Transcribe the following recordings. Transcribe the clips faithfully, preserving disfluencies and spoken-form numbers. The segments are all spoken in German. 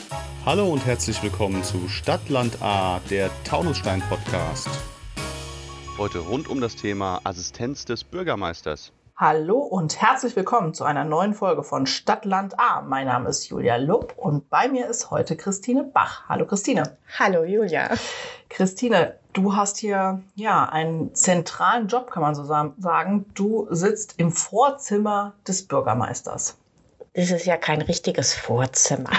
Hallo und herzlich willkommen zu Stadt, Land, A, der Taunusstein-Podcast. Heute rund um das Thema Assistenz des Bürgermeisters. Hallo und herzlich willkommen zu einer neuen Folge von Stadt, Land, A. Mein Name ist Julia Lupp und bei mir ist heute Christine Bach. Hallo Christine. Hallo Julia. Christine, du hast hier ja einen zentralen Job, kann man so sagen. Du sitzt im Vorzimmer des Bürgermeisters. Das ist ja kein richtiges Vorzimmer.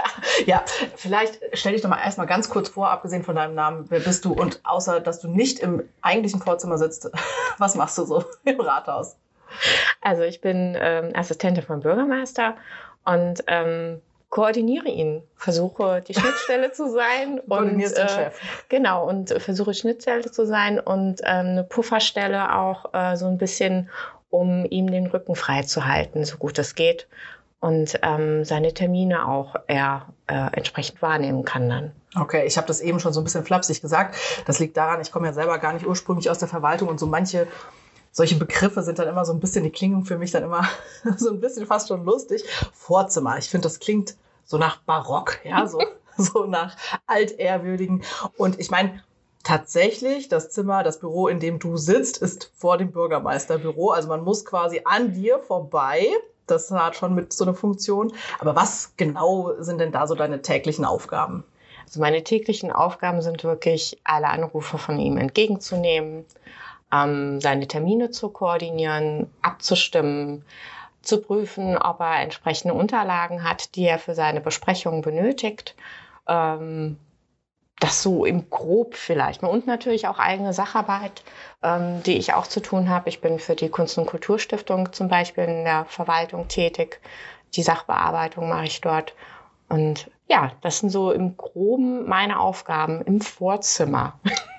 Ja, vielleicht stell dich doch mal erstmal ganz kurz vor, abgesehen von deinem Namen, wer bist du? Und außer, dass du nicht im eigentlichen Vorzimmer sitzt, was machst du so im Rathaus? Also ich bin ähm, Assistentin vom Bürgermeister und ähm, koordiniere ihn, versuche die Schnittstelle zu sein. und äh, den Chef. Genau, und versuche Schnittstelle zu sein und ähm, eine Pufferstelle auch äh, so ein bisschen, um ihm den Rücken frei zu halten, so gut es geht. Und ähm, seine Termine auch er äh, entsprechend wahrnehmen kann dann. Okay, ich habe das eben schon so ein bisschen flapsig gesagt. Das liegt daran, ich komme ja selber gar nicht ursprünglich aus der Verwaltung und so manche solche Begriffe sind dann immer so ein bisschen, die klingen für mich dann immer so ein bisschen fast schon lustig. Vorzimmer, ich finde, das klingt so nach Barock, ja, so, so nach altehrwürdigen. Und ich meine, tatsächlich, das Zimmer, das Büro, in dem du sitzt, ist vor dem Bürgermeisterbüro. Also man muss quasi an dir vorbei. Das hat schon mit so einer Funktion. Aber was genau sind denn da so deine täglichen Aufgaben? Also meine täglichen Aufgaben sind wirklich, alle Anrufe von ihm entgegenzunehmen, ähm, seine Termine zu koordinieren, abzustimmen, zu prüfen, ob er entsprechende Unterlagen hat, die er für seine Besprechungen benötigt. Ähm, das so im Grob vielleicht. Und natürlich auch eigene Sacharbeit, ähm, die ich auch zu tun habe. Ich bin für die Kunst- und Kulturstiftung zum Beispiel in der Verwaltung tätig. Die Sachbearbeitung mache ich dort. Und ja, das sind so im Groben meine Aufgaben im Vorzimmer.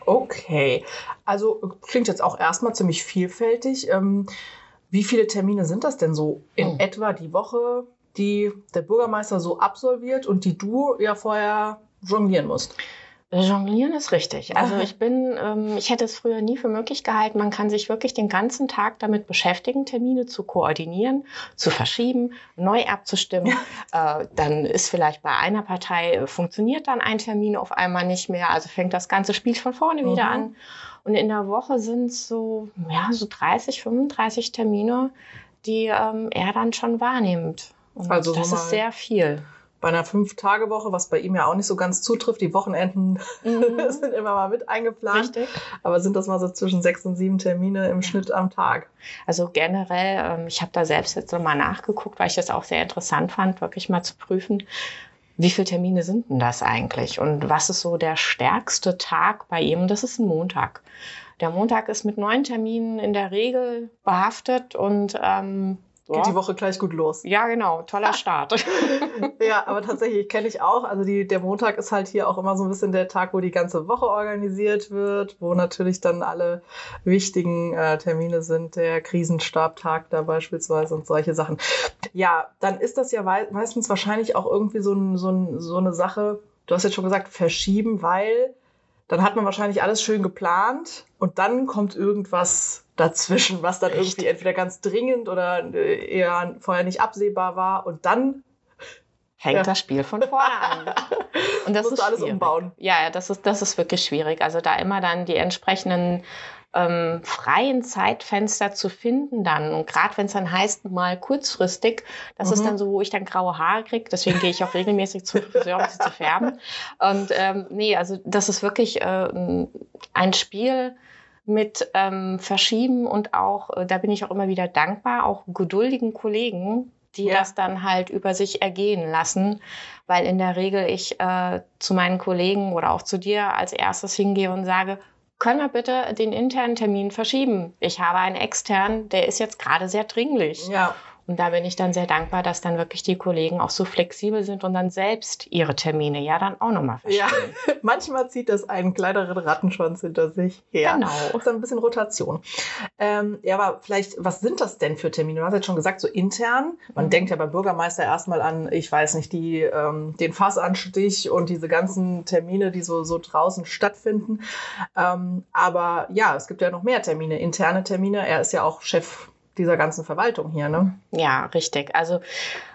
Okay, also klingt jetzt auch erstmal ziemlich vielfältig. Ähm, wie viele Termine sind das denn so in oh. etwa die Woche, die der Bürgermeister so absolviert und die du ja vorher jonglieren musst? Jonglieren ist richtig. Also ich bin, ähm, ich hätte es früher nie für möglich gehalten. Man kann sich wirklich den ganzen Tag damit beschäftigen, Termine zu koordinieren, zu verschieben, neu abzustimmen. äh, dann ist vielleicht bei einer Partei, äh, funktioniert dann ein Termin auf einmal nicht mehr. Also fängt das ganze Spiel von vorne mhm. wieder an. Und in der Woche sind es so, ja, so dreißig, fünfunddreißig Termine, die ähm, er dann schon wahrnimmt. Und also das ist sehr viel. Bei einer Fünf-Tage-Woche, was bei ihm ja auch nicht so ganz zutrifft, die Wochenenden mhm. sind immer mal mit eingeplant. Richtig. Aber sind das mal so zwischen sechs und sieben Termine im ja. Schnitt am Tag? Also generell, ich habe da selbst jetzt nochmal nachgeguckt, weil ich das auch sehr interessant fand, wirklich mal zu prüfen, wie viele Termine sind denn das eigentlich? Und was ist so der stärkste Tag bei ihm? Und das ist ein Montag. Der Montag ist mit neun Terminen in der Regel behaftet und ähm, geht die Woche gleich gut los. Ja, genau. Toller Start. Ja, aber tatsächlich kenne ich auch. Also die, der Montag ist halt hier auch immer so ein bisschen der Tag, wo die ganze Woche organisiert wird, wo natürlich dann alle wichtigen äh, Termine sind, der Krisenstabtag da beispielsweise und solche Sachen. Ja, dann ist das ja wei- meistens wahrscheinlich auch irgendwie so, ein, so, ein, so eine Sache, du hast jetzt schon gesagt, verschieben, weil dann hat man wahrscheinlich alles schön geplant und dann kommt irgendwas dazwischen, was dann Echt? irgendwie entweder ganz dringend oder eher vorher nicht absehbar war und dann hängt ja. das Spiel von vorne an. Und das musst ist du alles schwierig. umbauen. Ja, das ist, das ist wirklich schwierig. Also da immer dann die entsprechenden ähm, freien Zeitfenster zu finden dann. Und gerade wenn es dann heißt, mal kurzfristig, das mhm. ist dann so, wo ich dann graue Haare kriege. Deswegen gehe ich auch regelmäßig zum Friseur, um sie zu färben. Und ähm, nee, also das ist wirklich äh, ein Spiel mit ähm, Verschieben und auch, äh, da bin ich auch immer wieder dankbar, auch geduldigen Kollegen, die ja. das dann halt über sich ergehen lassen, weil in der Regel ich äh, zu meinen Kollegen oder auch zu dir als erstes hingehe und sage, können wir bitte den internen Termin verschieben? Ich habe einen externen, der ist jetzt gerade sehr dringlich. Ja. Und da bin ich dann sehr dankbar, dass dann wirklich die Kollegen auch so flexibel sind und dann selbst ihre Termine ja dann auch nochmal verschieben. Ja, manchmal zieht das einen kleineren Rattenschwanz hinter sich her. Genau. Das ist ein bisschen Rotation. Ähm, ja, aber vielleicht, was sind das denn für Termine? Du hast jetzt schon gesagt, so intern. Man mhm. denkt ja beim Bürgermeister erstmal an, ich weiß nicht, die, ähm, den Fassanstich und diese ganzen Termine, die so, so draußen stattfinden. Ähm, aber ja, es gibt ja noch mehr Termine, interne Termine. Er ist ja auch Chef dieser ganzen Verwaltung hier, ne? Ja, richtig. Also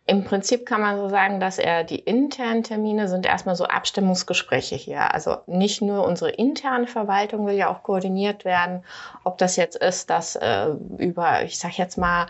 Im Prinzip kann man so sagen, dass er die internen Termine sind erstmal so Abstimmungsgespräche hier. Also nicht nur unsere interne Verwaltung will ja auch koordiniert werden, ob das jetzt ist, dass äh, über, ich sag jetzt mal,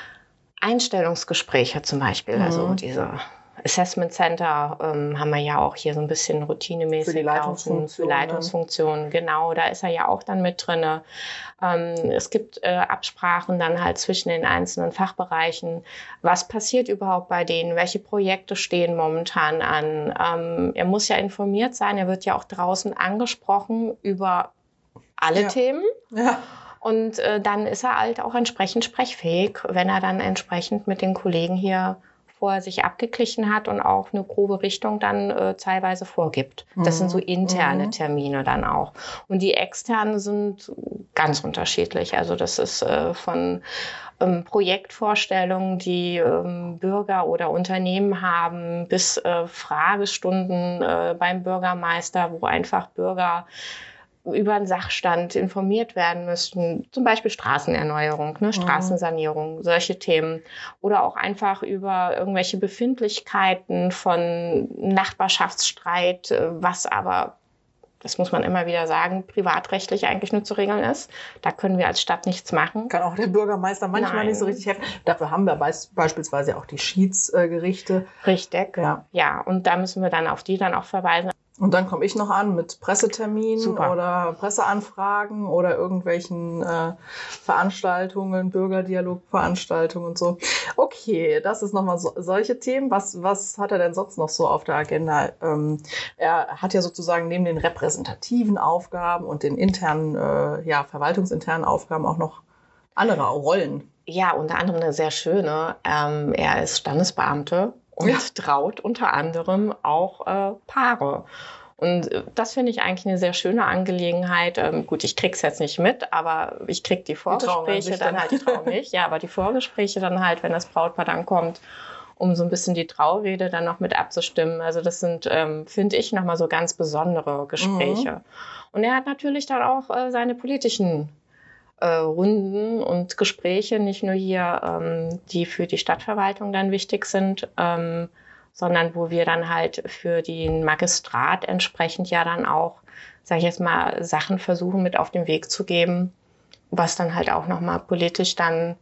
Einstellungsgespräche zum Beispiel, mhm. also diese Assessment Center ähm, haben wir ja auch hier so ein bisschen routinemäßig für die Leitungsfunktion, für Leitungsfunktionen. Genau, da ist er ja auch dann mit drin. Ähm, es gibt äh, Absprachen dann halt zwischen den einzelnen Fachbereichen. Was passiert überhaupt bei denen? Welche Projekte stehen momentan an? Ähm, er muss ja informiert sein. Er wird ja auch draußen angesprochen über alle ja. Themen. Ja. Und äh, dann ist er halt auch entsprechend sprechfähig, wenn er dann entsprechend mit den Kollegen hier vorher sich abgeglichen hat und auch eine grobe Richtung dann äh, teilweise vorgibt. Das mhm. sind so interne Termine dann auch. Und die externen sind ganz unterschiedlich. Also das ist äh, von ähm, Projektvorstellungen, die ähm, Bürger oder Unternehmen haben, bis äh, Fragestunden äh, beim Bürgermeister, wo einfach Bürger über einen Sachstand informiert werden müssten, zum Beispiel Straßenerneuerung, ne, Straßensanierung, solche Themen. Oder auch einfach über irgendwelche Befindlichkeiten von Nachbarschaftsstreit, was aber, das muss man immer wieder sagen, privatrechtlich eigentlich nur zu regeln ist. Da können wir als Stadt nichts machen. Kann auch der Bürgermeister manchmal Nein. nicht so richtig helfen. Dafür haben wir beis- beispielsweise auch die Schiedsgerichte. Richtig, ja. ja. Und da müssen wir dann auf die dann auch verweisen. Und dann komme ich noch an mit Presseterminen Super. oder Presseanfragen oder irgendwelchen äh, Veranstaltungen, Bürgerdialogveranstaltungen und so. Okay, das ist nochmal so, solche Themen. Was, was hat er denn sonst noch so auf der Agenda? Ähm, er hat ja sozusagen neben den repräsentativen Aufgaben und den internen, äh, ja, verwaltungsinternen Aufgaben auch noch andere Rollen. Ja, unter anderem eine sehr schöne. Ähm, er ist Standesbeamte. Und ja. traut unter anderem auch äh, Paare. Und äh, das finde ich eigentlich eine sehr schöne Angelegenheit. Ähm, gut, ich krieg's jetzt nicht mit, aber ich krieg die Vorgespräche die dann, dann halt, die trauen mich, ja, aber die Vorgespräche dann halt, wenn das Brautpaar dann kommt, um so ein bisschen die Traurede dann noch mit abzustimmen. Also das sind, ähm, finde ich, nochmal so ganz besondere Gespräche. Mhm. Und er hat natürlich dann auch äh, seine politischen Äh, Runden und Gespräche, nicht nur hier, ähm, die für die Stadtverwaltung dann wichtig sind, ähm, sondern wo wir dann halt für den Magistrat entsprechend ja dann auch, sage ich jetzt mal, Sachen versuchen mit auf den Weg zu geben, was dann halt auch nochmal politisch dann,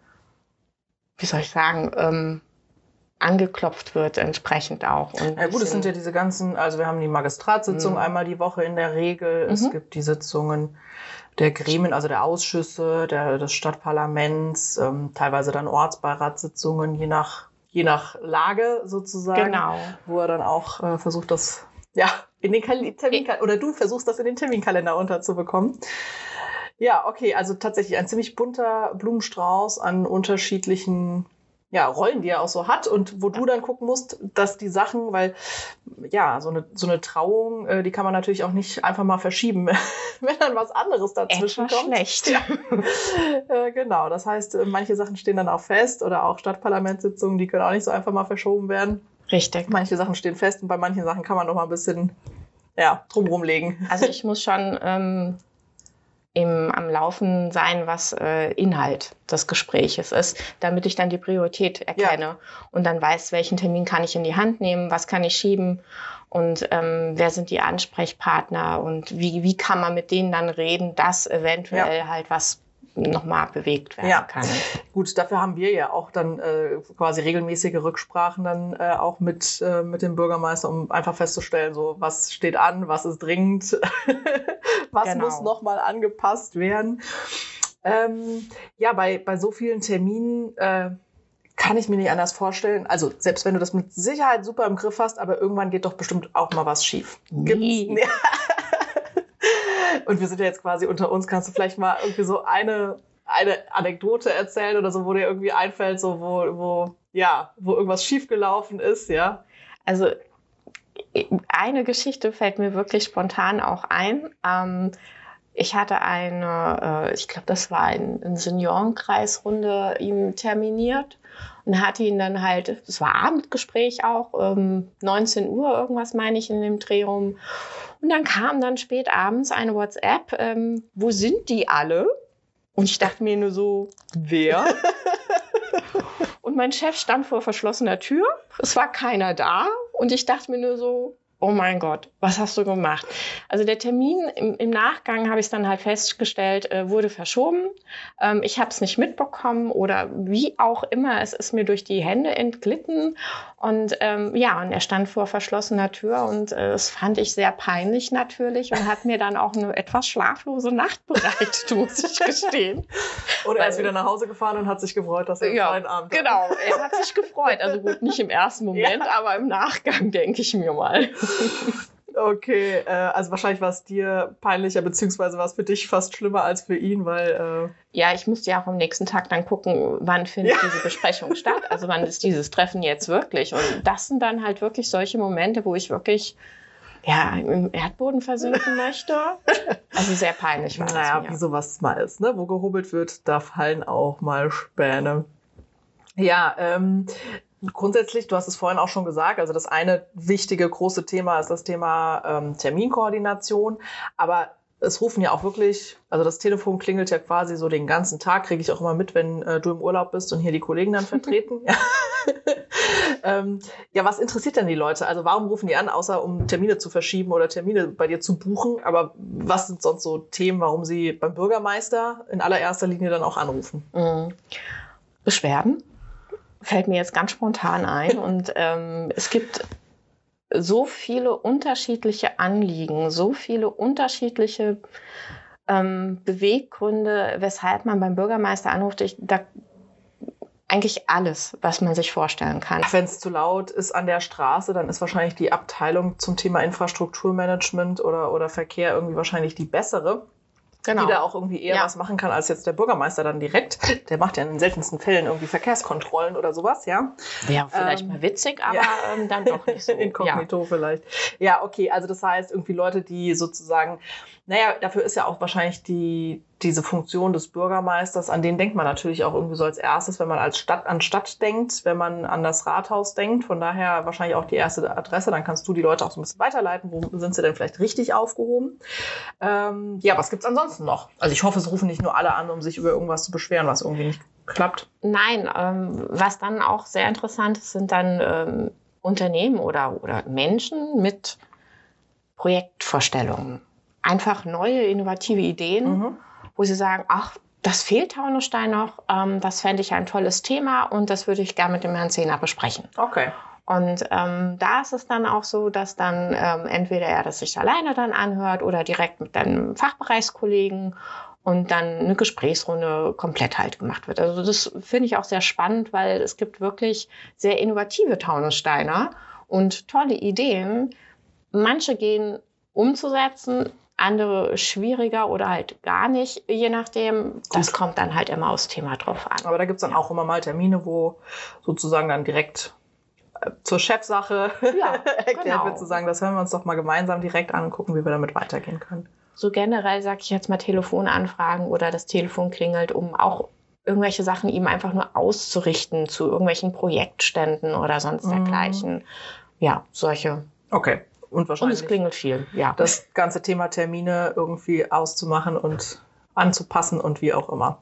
wie soll ich sagen, ähm, angeklopft wird entsprechend auch. Und ja gut, es sind ja diese ganzen, also wir haben die Magistratssitzung mhm. einmal die Woche in der Regel, es mhm. gibt die Sitzungen der Gremien, also der Ausschüsse, der, des Stadtparlaments, ähm, teilweise dann Ortsbeiratssitzungen, je nach, je nach Lage sozusagen. Genau. Wo er dann auch äh, versucht, das ja in den Kal- Terminkalender, oder du versuchst, das in den Terminkalender unterzubekommen. Ja, okay, also tatsächlich ein ziemlich bunter Blumenstrauß an unterschiedlichen ja, Rollen, die er auch so hat und wo du dann gucken musst, dass die Sachen, weil ja, so eine, so eine Trauung, äh, die kann man natürlich auch nicht einfach mal verschieben, wenn dann was anderes dazwischen Etwas kommt. schlecht. Ja. äh, genau, das heißt, äh, manche Sachen stehen dann auch fest oder auch Stadtparlamentssitzungen, die können auch nicht so einfach mal verschoben werden. Richtig. Manche Sachen stehen fest und bei manchen Sachen kann man noch mal ein bisschen ja, drumrum legen. Also ich muss schon ähm, im, am Laufen sein, was äh, Inhalt des Gespräches ist, damit ich dann die Priorität erkenne ja. und dann weiß, welchen Termin kann ich in die Hand nehmen, was kann ich schieben und ähm, wer sind die Ansprechpartner und wie, wie kann man mit denen dann reden, dass eventuell ja. halt was nochmal bewegt werden ja. kann. Gut, dafür haben wir ja auch dann äh, quasi regelmäßige Rücksprachen dann äh, auch mit, äh, mit dem Bürgermeister, um einfach festzustellen, so was steht an, was ist dringend, was genau. muss nochmal angepasst werden. Ähm, ja, bei, bei so vielen Terminen äh, kann ich mir nicht anders vorstellen. Also selbst wenn du das mit Sicherheit super im Griff hast, aber irgendwann geht doch bestimmt auch mal was schief. Nee. Gibt's? Und wir sind ja jetzt quasi unter uns. Kannst du vielleicht mal irgendwie so eine, eine Anekdote erzählen oder so, wo dir irgendwie einfällt, so wo, wo, ja, wo irgendwas schiefgelaufen ist, ja? Also eine Geschichte fällt mir wirklich spontan auch ein. Ähm, ich hatte eine, äh, ich glaube, das war ein, eine Seniorenkreisrunde ihm terminiert und hatte ihn dann halt, es war Abendgespräch auch, ähm, neunzehn Uhr irgendwas meine ich in dem Dreh rum. Und dann kam dann spät abends eine WhatsApp, ähm, wo sind die alle? Und ich dachte mir nur so, wer? Und mein Chef stand vor verschlossener Tür. Es war keiner da. Und ich dachte mir nur so, oh mein Gott, was hast du gemacht? Also der Termin im, im Nachgang, habe ich es dann halt festgestellt, äh, wurde verschoben. Ähm, ich habe es nicht mitbekommen oder wie auch immer. Es ist mir durch die Hände entglitten. Und ähm, ja, und er stand vor verschlossener Tür und äh, das fand ich sehr peinlich natürlich und hat mir dann auch eine etwas schlaflose Nacht bereitet, muss ich gestehen. Und er ist wieder nach Hause gefahren und hat sich gefreut, dass er einen ja, freien Abend hat. Genau, er hat sich gefreut. Also gut, nicht im ersten Moment, ja. aber im Nachgang denke ich mir mal. Okay, äh, also wahrscheinlich war es dir peinlicher, beziehungsweise war es für dich fast schlimmer als für ihn, weil... Äh ja, ich musste ja auch am nächsten Tag dann gucken, wann findet ja. diese Besprechung statt, also wann ist dieses Treffen jetzt wirklich. Und das sind dann halt wirklich solche Momente, wo ich wirklich ja, im Erdboden versinken möchte. Also sehr peinlich war naja, das mir. Wie sowas mal ist, ne? Wo gehobelt wird, da fallen auch mal Späne. Ja, ähm... Grundsätzlich, du hast es vorhin auch schon gesagt, also das eine wichtige große Thema ist das Thema ähm, Terminkoordination, aber es rufen ja auch wirklich, also das Telefon klingelt ja quasi so den ganzen Tag, kriege ich auch immer mit, wenn äh, du im Urlaub bist und hier die Kollegen dann vertreten. ja. ähm, ja, was interessiert denn die Leute? Also warum rufen die an, außer um Termine zu verschieben oder Termine bei dir zu buchen, aber was sind sonst so Themen, warum sie beim Bürgermeister in allererster Linie dann auch anrufen? Mhm. Beschwerden? Fällt mir jetzt ganz spontan ein. Und ähm, es gibt so viele unterschiedliche Anliegen, so viele unterschiedliche ähm, Beweggründe, weshalb man beim Bürgermeister anruft. Ich, da, eigentlich alles, was man sich vorstellen kann. Wenn es zu laut ist an der Straße, dann ist wahrscheinlich die Abteilung zum Thema Infrastrukturmanagement oder, oder Verkehr irgendwie wahrscheinlich die bessere. Genau. Die da auch irgendwie eher ja. was machen kann als jetzt der Bürgermeister dann direkt. Der macht ja in den seltensten Fällen irgendwie Verkehrskontrollen oder sowas, ja. Wäre vielleicht ähm, mal witzig, aber ja. ähm, dann doch nicht so. Inkognito ja. vielleicht. Ja, okay, also das heißt irgendwie Leute, die sozusagen, naja, dafür ist ja auch wahrscheinlich die diese Funktion des Bürgermeisters, an den denkt man natürlich auch irgendwie so als erstes, wenn man als Stadt an Stadt denkt, wenn man an das Rathaus denkt. Von daher wahrscheinlich auch die erste Adresse. Dann kannst du die Leute auch so ein bisschen weiterleiten. Wo sind sie denn vielleicht richtig aufgehoben? Ähm, ja, was gibt's ansonsten noch? Also ich hoffe, es rufen nicht nur alle an, um sich über irgendwas zu beschweren, was irgendwie nicht klappt. Nein, ähm, was dann auch sehr interessant ist, sind dann ähm, Unternehmen oder, oder Menschen mit Projektvorstellungen. Einfach neue, innovative Ideen. Mhm. Wo sie sagen, ach, das fehlt Taunusstein noch, ähm, das fände ich ein tolles Thema und das würde ich gerne mit dem Herrn Zehner besprechen. Okay. Und ähm, da ist es dann auch so, dass dann ähm, entweder er das sich alleine dann anhört oder direkt mit einem Fachbereichskollegen und dann eine Gesprächsrunde komplett halt gemacht wird. Also das finde ich auch sehr spannend, weil es gibt wirklich sehr innovative Taunussteiner und tolle Ideen. Manche gehen umzusetzen, andere schwieriger oder halt gar nicht, je nachdem. Das Gut. kommt dann halt immer aufs Thema drauf an. Aber da gibt es dann ja. auch immer mal Termine, wo sozusagen dann direkt äh, zur Chefsache ja, erklärt genau. wird, zu sagen, das hören wir uns doch mal gemeinsam direkt an und gucken, wie wir damit weitergehen können. So generell sage ich jetzt mal Telefonanfragen oder das Telefon klingelt, um auch irgendwelche Sachen ihm einfach nur auszurichten zu irgendwelchen Projektständen oder sonst dergleichen. Mm. Ja, solche. Okay. Und wahrscheinlich und es klingelt viel, ja. Das ganze Thema Termine irgendwie auszumachen und anzupassen und wie auch immer.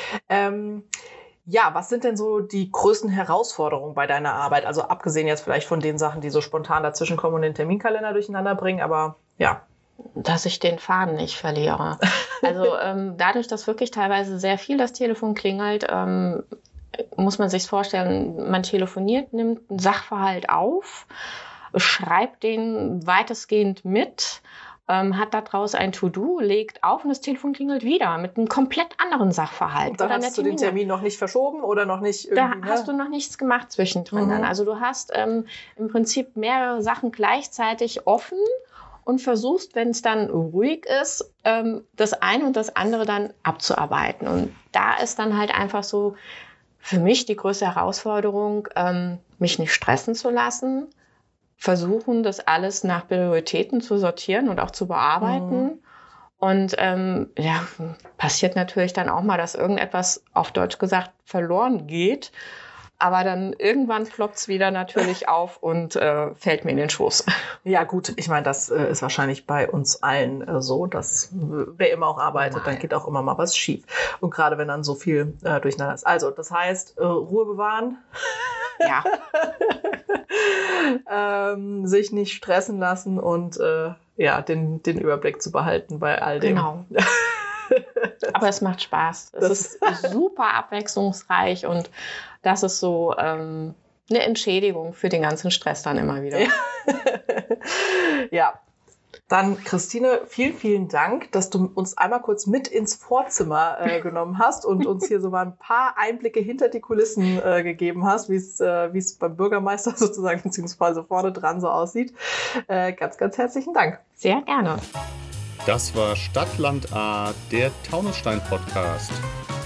Ähm, ja, was sind denn so die größten Herausforderungen bei deiner Arbeit? Also abgesehen jetzt vielleicht von den Sachen, die so spontan dazwischen kommen und den Terminkalender durcheinander bringen, aber ja. Dass ich den Faden nicht verliere. Also ähm, dadurch, dass wirklich teilweise sehr viel das Telefon klingelt, ähm, muss man sich vorstellen, man telefoniert, nimmt einen Sachverhalt auf, schreibt den weitestgehend mit, ähm, hat daraus ein To-Do, legt auf und das Telefon klingelt wieder mit einem komplett anderen Sachverhalt. Und dann hast du den Termin noch nicht verschoben oder noch nicht irgendwie... Da hast du noch nichts gemacht zwischendrin. Mhm. Also du hast ähm, im Prinzip mehrere Sachen gleichzeitig offen und versuchst, wenn es dann ruhig ist, ähm, das eine und das andere dann abzuarbeiten. Und da ist dann halt einfach so für mich die größte Herausforderung, ähm, mich nicht stressen zu lassen, versuchen, das alles nach Prioritäten zu sortieren und auch zu bearbeiten. Mhm. Und ähm, ja, passiert natürlich dann auch mal, dass irgendetwas, auf Deutsch gesagt, verloren geht. Aber dann irgendwann ploppt es wieder natürlich auf und äh, fällt mir in den Schoß. Ja gut, ich meine, das äh, ist wahrscheinlich bei uns allen äh, so, dass äh, wer immer auch arbeitet, Nein. dann geht auch immer mal was schief. Und gerade wenn dann so viel äh, durcheinander ist. Also das heißt, äh, Ruhe bewahren. Ja. ähm, sich nicht stressen lassen und äh, ja, den, den Überblick zu behalten bei all dem. Genau. Aber es macht Spaß. Es das ist super abwechslungsreich und das ist so ähm, eine Entschädigung für den ganzen Stress dann immer wieder. Ja. Ja. Dann, Christine, vielen, vielen Dank, dass du uns einmal kurz mit ins Vorzimmer äh, genommen hast und uns hier so mal ein paar Einblicke hinter die Kulissen äh, gegeben hast, wie es äh, wie es beim Bürgermeister sozusagen beziehungsweise vorne dran so aussieht. Äh, ganz, ganz herzlichen Dank. Sehr gerne. Das war Stadt, Land, A, der Taunusstein-Podcast.